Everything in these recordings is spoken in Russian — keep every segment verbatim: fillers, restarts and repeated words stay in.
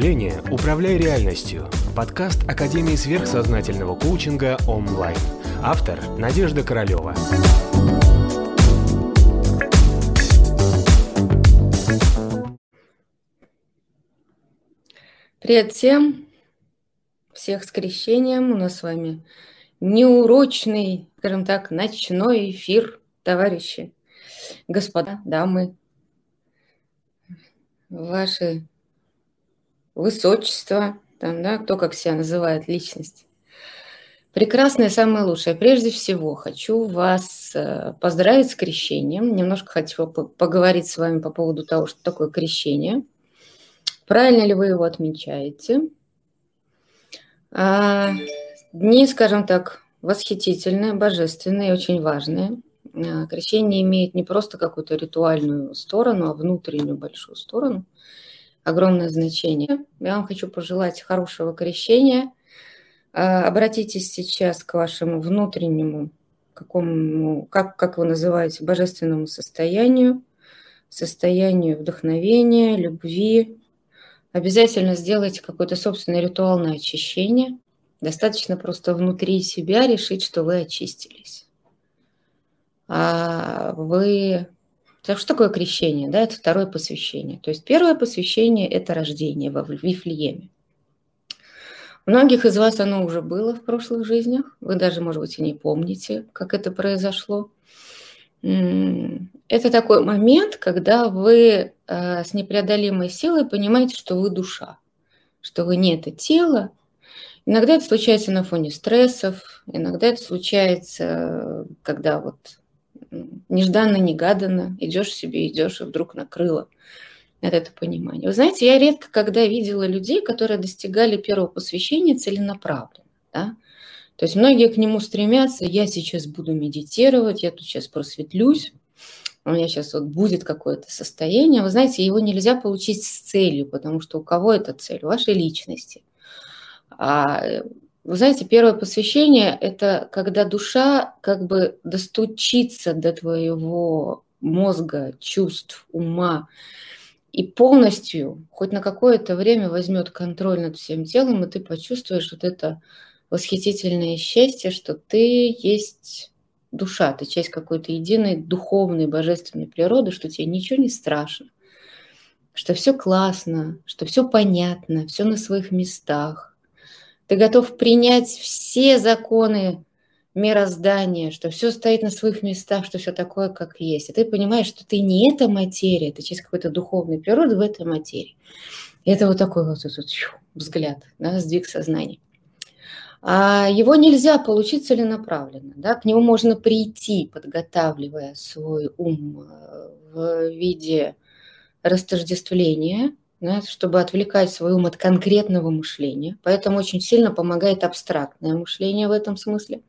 мышления «Управляй реальностью». Подкаст Академии сверхсознательного коучинга онлайн. Автор Надежда Королева. Привет всем! Всех с крещением! У нас с вами неурочный, скажем так, ночной эфир, товарищи, господа, дамы, ваши высочества, там, да, кто как себя называет личность. Прекрасное, самое лучшее. Прежде всего, хочу вас поздравить с крещением. Немножко хочу поговорить с вами по поводу того, что такое крещение. Правильно ли вы его отмечаете? А, дни, скажем так, восхитительные, божественные, очень важные. А, крещение имеет не просто какую-то ритуальную сторону, а внутреннюю большую сторону. Огромное значение. Я вам хочу пожелать хорошего крещения. А, обратитесь сейчас к вашему внутреннему, какому, как, как вы называете, божественному состоянию, состоянию вдохновения, любви. Обязательно сделайте какой-то собственный ритуал на очищение. Достаточно просто внутри себя решить, что вы очистились. А вы... Так что такое крещение? Да, это второе посвящение. То есть первое посвящение – это рождение во Вифлееме. У многих из вас оно уже было в прошлых жизнях. Вы даже, может быть, и не помните, как это произошло. Это такой момент, когда вы с непреодолимой силой понимаете, что вы душа, что вы не это тело. Иногда это случается на фоне стрессов, иногда это случается, когда вот нежданно-негаданно идешь себе, идешь, и вдруг накрыло от этого понимания. Вы знаете, я редко когда видела людей, которые достигали первого посвящения целенаправленно, да? То есть многие к нему стремятся, я сейчас буду медитировать, я тут сейчас просветлюсь, у меня сейчас вот будет какое-то состояние. Вы знаете, его нельзя получить с целью, потому что у кого это цель? У вашей личности. А, вы знаете, первое посвящение – это когда душа как бы достучится до твоего мозга, чувств, ума и полностью, хоть на какое-то время возьмет контроль над всем телом, и ты почувствуешь вот это восхитительное счастье, что ты есть душа, ты часть какой-то единой духовной, божественной природы, что тебе ничего не страшно, что все классно, что все понятно, все на своих местах. Ты готов принять все законы мироздания, что все стоит на своих местах, что все такое, как есть. И ты понимаешь, что ты не эта материя, ты часть какой-то духовной природы в этой материи. И это вот такой вот этот взгляд, да, сдвиг сознания. А его нельзя получить целенаправленно. Да? К нему можно прийти, подготавливая свой ум в виде растождествления, да, чтобы отвлекать свой ум от конкретного мышления. Поэтому очень сильно помогает абстрактное мышление в этом смысле.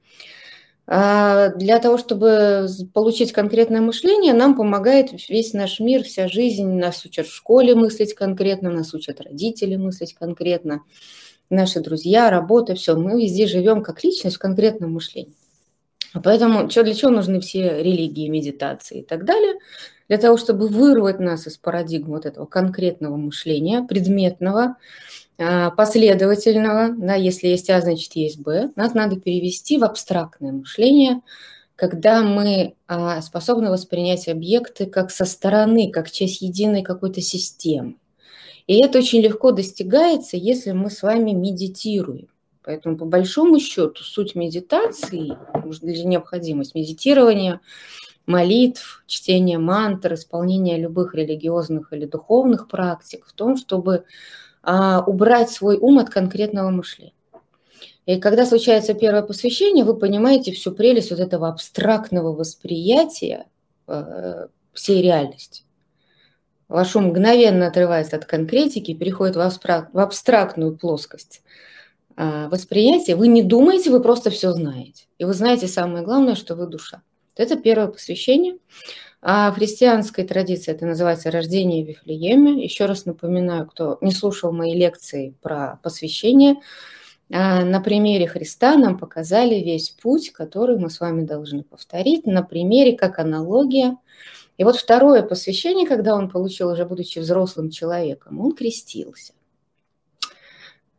А для того, чтобы получить конкретное мышление, нам помогает весь наш мир, вся жизнь. Нас учат в школе мыслить конкретно, нас учат родители мыслить конкретно, наши друзья, работа, все. Мы везде живем как личность в конкретном мышлении. Поэтому что, для чего нужны все религии, медитации и так далее? Для того, чтобы вырвать нас из парадигмы вот этого конкретного мышления, предметного, последовательного. Да, если есть А, значит есть Б. Нас надо перевести в абстрактное мышление, когда мы способны воспринять объекты как со стороны, как часть единой какой-то системы. И это очень легко достигается, если мы с вами медитируем. Поэтому, по большому счету, суть медитации, или необходимость медитирования, молитв, чтения мантр, исполнения любых религиозных или духовных практик в том, чтобы а, убрать свой ум от конкретного мышления. И когда случается первое посвящение, вы понимаете всю прелесть вот этого абстрактного восприятия э, всей реальности. Ваш ум мгновенно отрывается от конкретики, переходит в, абстрак, в абстрактную плоскость а, восприятия. Вы не думаете, вы просто все знаете. И вы знаете самое главное, что вы душа. Это первое посвящение. А в христианской традиции это называется рождение в Вифлееме. Еще раз напоминаю, кто не слушал мои лекции про посвящение, а, на примере Христа нам показали весь путь, который мы с вами должны повторить, на примере как аналогия. И вот второе посвящение, когда он получил, уже будучи взрослым человеком, он крестился.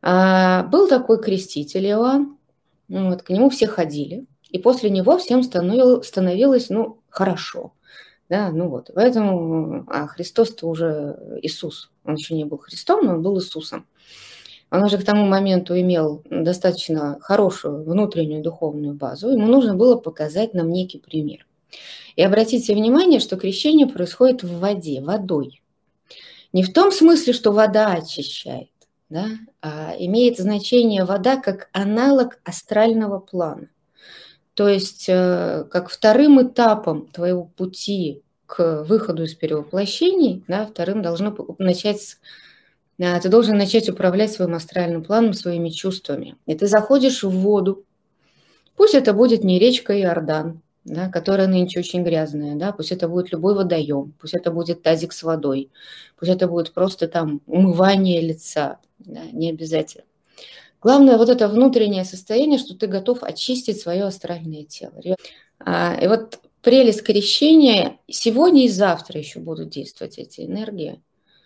А, был такой креститель Иоанн, вот, к нему все ходили, и после него всем становилось, становилось ну, хорошо. Да, ну вот, поэтому, а Христос-то уже Иисус, он еще не был Христом, но он был Иисусом. Он уже к тому моменту имел достаточно хорошую внутреннюю духовную базу, ему нужно было показать нам некий пример. И обратите внимание, что крещение происходит в воде, водой. Не в том смысле, что вода очищает, да, а имеет значение вода как аналог астрального плана. То есть как вторым этапом твоего пути к выходу из перевоплощений, да, вторым должно начать, ты должен начать управлять своим астральным планом, своими чувствами. И ты заходишь в воду, пусть это будет не речка Иордан, да, которая нынче очень грязная, да, пусть это будет любой водоем, пусть это будет тазик с водой, пусть это будет просто там умывание лица, да, не обязательно. Главное вот это внутреннее состояние, что ты готов очистить свое астральное тело. И вот прелесть крещения, сегодня и завтра еще будут действовать эти энергии.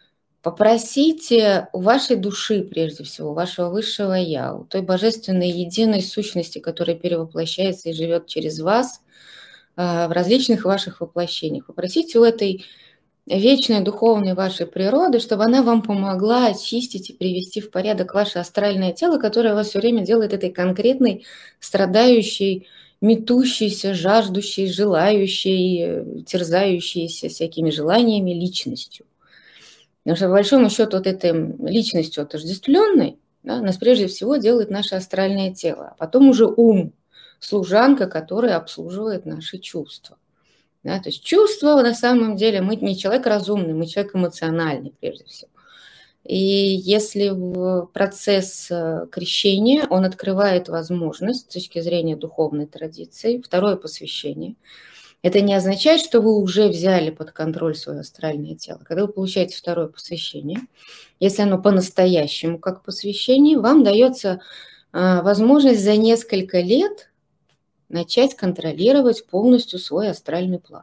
Попросите у вашей души, прежде всего, вашего высшего Я, у той божественной единой сущности, которая перевоплощается и живет через вас в различных ваших воплощениях. Попросите у этой вечной духовной вашей природы, чтобы она вам помогла очистить и привести в порядок ваше астральное тело, которое вас все время делает этой конкретной, страдающей, метущейся, жаждущей, желающей, терзающейся всякими желаниями личностью. Потому что, по большому счету, вот этой личностью отождествленной, да, нас прежде всего делает наше астральное тело, а потом уже ум, служанка, которая обслуживает наши чувства. Да, то есть чувства на самом деле, мы не человек разумный, мы человек эмоциональный прежде всего. И если в процесс крещения он открывает возможность с точки зрения духовной традиции, второе посвящение, это не означает, что вы уже взяли под контроль свое астральное тело. Когда вы получаете второе посвящение, если оно по-настоящему как посвящение, вам дается возможность за несколько лет начать контролировать полностью свой астральный план.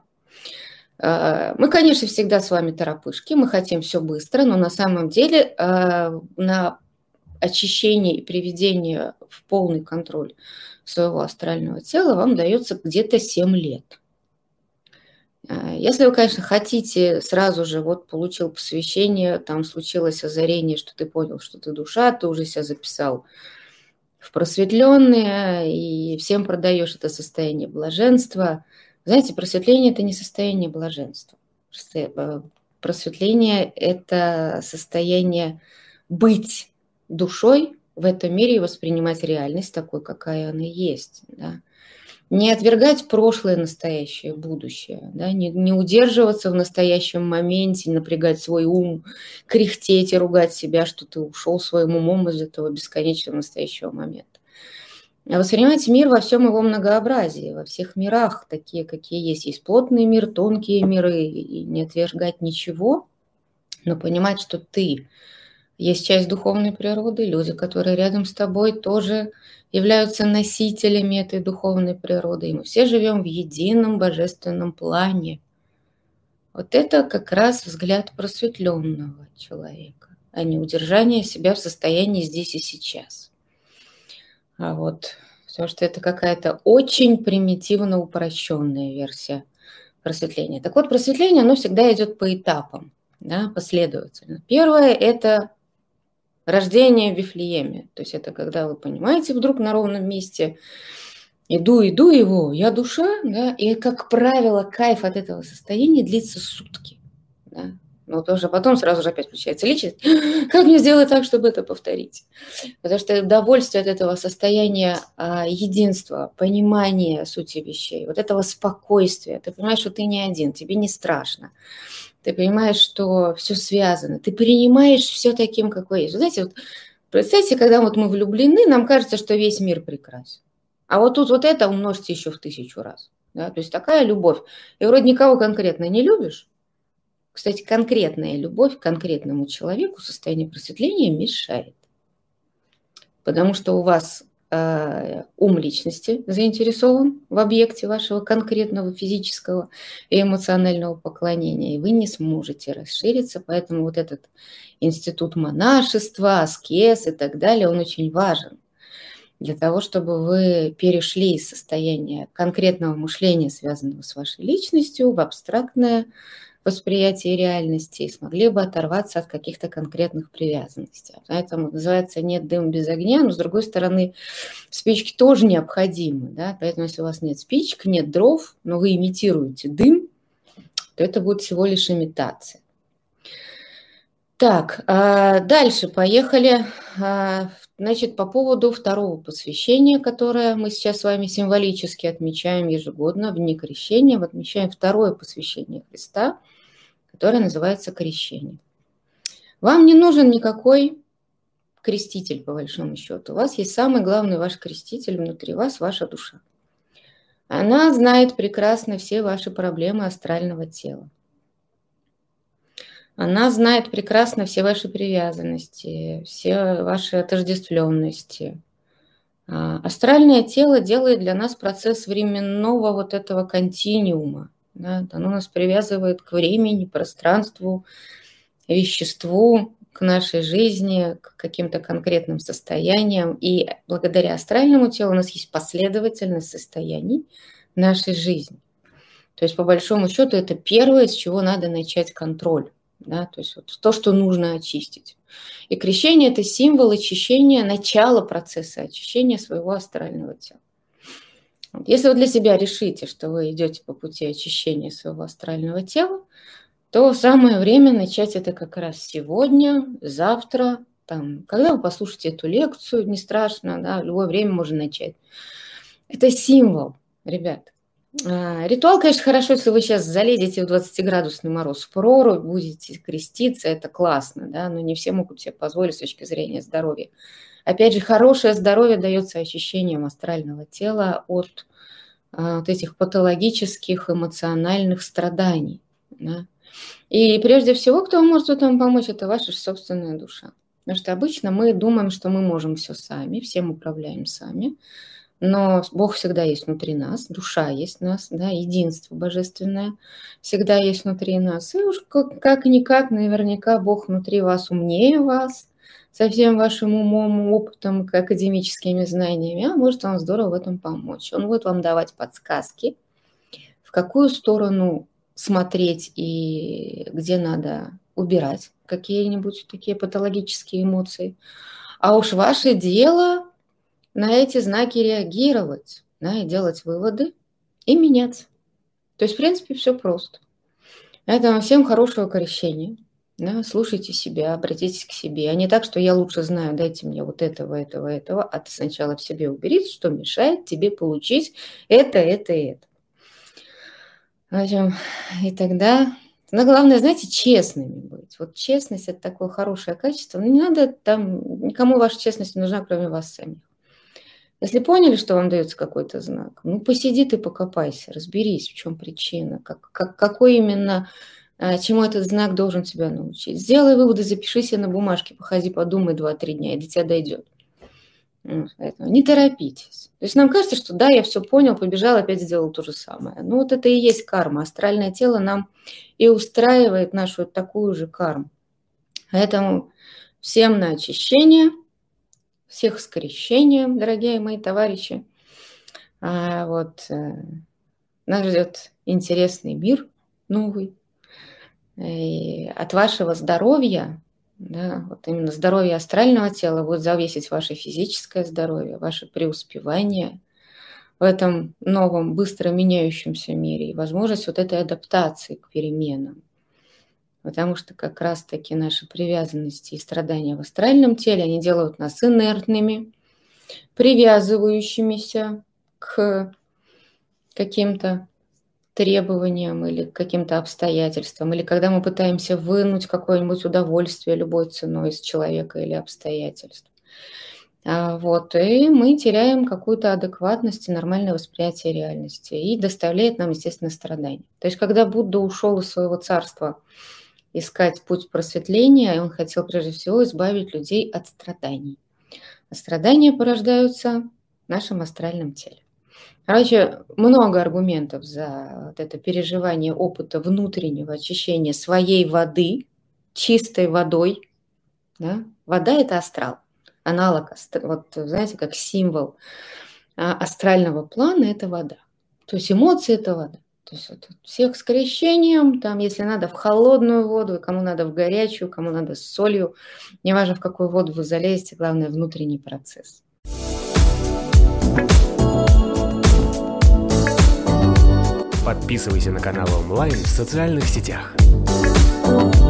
Мы, конечно, всегда с вами торопышки, мы хотим все быстро, но на самом деле на очищение и приведение в полный контроль своего астрального тела вам дается где-то семь лет. Если вы, конечно, хотите сразу же, вот получил посвящение, там случилось озарение, что ты понял, что ты душа, ты уже себя записал в просветленные, и всем продаешь это состояние блаженства. Знаете, просветление – это не состояние блаженства. Просветление – это состояние быть душой в этом мире и воспринимать реальность такой, какая она есть. Да? Не отвергать прошлое, настоящее, будущее, да? не, не удерживаться в настоящем моменте, не напрягать свой ум, кряхтеть и ругать себя, что ты ушел своим умом из этого бесконечного настоящего момента. А воспринимать мир во всем его многообразии, во всех мирах, такие, какие есть. Есть плотный мир, тонкие миры, и не отвергать ничего, но понимать, что ты есть часть духовной природы, люди, которые рядом с тобой, тоже являются носителями этой духовной природы. И мы все живем в едином божественном плане. Вот это как раз взгляд просветленного человека, а не удержание себя в состоянии здесь и сейчас. А вот, потому что это какая-то очень примитивно упрощенная версия просветления. Так вот, просветление, оно всегда идет по этапам, да, последовательно. Первое – это рождение в Вифлееме. То есть это когда вы понимаете вдруг на ровном месте, иду, иду его, я душа, да, и, как правило, кайф от этого состояния длится сутки. Да. Но тоже потом сразу же опять включается личность. Как мне сделать так, чтобы это повторить? Потому что удовольствие от этого состояния а, единства, понимания сути вещей, вот этого спокойствия. Ты понимаешь, что ты не один, тебе не страшно. Ты понимаешь, что все связано. Ты принимаешь все таким, какой есть. Вы знаете, вот, представьте, когда вот мы влюблены, нам кажется, что весь мир прекрасен. А вот тут вот это умножьте еще в тысячу раз. Да? То есть такая любовь. И вроде никого конкретно не любишь. Кстати, конкретная любовь к конкретному человеку состояние просветления мешает. Потому что у вас ум личности заинтересован в объекте вашего конкретного физического и эмоционального поклонения, и вы не сможете расшириться, поэтому вот этот институт монашества, аскез и так далее, он очень важен для того, чтобы вы перешли из состояния конкретного мышления, связанного с вашей личностью, в абстрактное восприятие реальности и смогли бы оторваться от каких-то конкретных привязанностей. Поэтому называется «нет дыма без огня», но с другой стороны спички тоже необходимы. Да? Поэтому если у вас нет спичек, нет дров, но вы имитируете дым, то это будет всего лишь имитация. Так, дальше поехали. Значит, по поводу второго посвящения, которое мы сейчас с вами символически отмечаем ежегодно, в дни крещения, мы отмечаем второе посвящение Христа, которое называется крещение. Вам не нужен никакой креститель, по большому счету. У вас есть самый главный ваш креститель внутри вас, ваша душа. Она знает прекрасно все ваши проблемы астрального тела. Она знает прекрасно все ваши привязанности, все ваши отождествленности. Астральное тело делает для нас процесс временного вот этого континуума. Да? Оно нас привязывает к времени, пространству, веществу, к нашей жизни, к каким-то конкретным состояниям. И благодаря астральному телу у нас есть последовательность состояний нашей жизни. То есть, по большому счету, это первое, с чего надо начать контроль. Да, то есть вот то, что нужно очистить. И крещение – это символ очищения, начала процесса очищения своего астрального тела. Вот. Если вы для себя решите, что вы идете по пути очищения своего астрального тела, то самое время начать это как раз сегодня, завтра, там, когда вы послушаете эту лекцию, не страшно, да, в любое время можно начать. Это символ, ребят. Ритуал, конечно, хорошо, если вы сейчас залезете в двадцатиградусный мороз в прорубь, будете креститься, это классно, да, но не все могут себе позволить с точки зрения здоровья. Опять же, хорошее здоровье дается ощущением астрального тела от а, вот этих патологических эмоциональных страданий. Да. И прежде всего, кто может в этом помочь, это ваша собственная душа. Потому что обычно мы думаем, что мы можем все сами, всем управляем сами. Но Бог всегда есть внутри нас, душа есть в нас, да, единство божественное всегда есть внутри нас. И уж как-никак, наверняка Бог внутри вас умнее вас, со всем вашим умом, опытом, академическими знаниями, а может вам здорово в этом помочь. Он будет вам давать подсказки, в какую сторону смотреть и где надо убирать какие-нибудь такие патологические эмоции. А уж ваше дело на эти знаки реагировать, да, и делать выводы и меняться. То есть, в принципе, все просто. Поэтому всем хорошего крещения. Да, слушайте себя, обратитесь к себе. А не так, что я лучше знаю, дайте мне вот этого, этого, этого, а ты сначала в себе убери, что мешает тебе получить это, это и это. И тогда... Но главное, знаете, честными быть. Вот честность – это такое хорошее качество. Но не надо там... Никому ваша честность не нужна, кроме вас самих. Если поняли, что вам дается какой-то знак, ну посиди ты, покопайся, разберись, в чем причина, как, как, какой именно, чему этот знак должен тебя научить. Сделай выводы, запиши себе на бумажке, походи, подумай два-три дня, и до тебя дойдет. Поэтому не торопитесь. То есть нам кажется, что да, я все понял, побежал, опять сделал то же самое. Ну вот это и есть карма. Астральное тело нам и устраивает нашу такую же карму. Поэтому всем на очищение. Всех с крещением, дорогие мои товарищи. А вот э, нас ждет интересный мир новый. И от вашего здоровья, да, вот именно здоровье астрального тела будет зависеть ваше физическое здоровье, ваше преуспевание в этом новом, быстро меняющемся мире и возможность вот этой адаптации к переменам. Потому что как раз-таки наши привязанности и страдания в астральном теле, они делают нас инертными, привязывающимися к каким-то требованиям или к каким-то обстоятельствам, или когда мы пытаемся вынуть какое-нибудь удовольствие любой ценой из человека или обстоятельств. Вот, и мы теряем какую-то адекватность и нормальное восприятие реальности, и доставляет нам, естественно, страдания. То есть, когда Будда ушел из своего царства искать путь просветления, и он хотел прежде всего избавить людей от страданий. А страдания порождаются в нашем астральном теле. Короче, много аргументов за вот это переживание опыта внутреннего очищения своей воды, чистой водой. Да? Вода – это астрал, аналог, вот знаете, как символ астрального плана – это вода. То есть эмоции – это вода. То есть вот всех с крещением, там, если надо, в холодную воду, кому надо в горячую, кому надо с солью. Неважно, в какую воду вы залезете, главное – внутренний процесс. Подписывайся на канал онлайн в социальных сетях.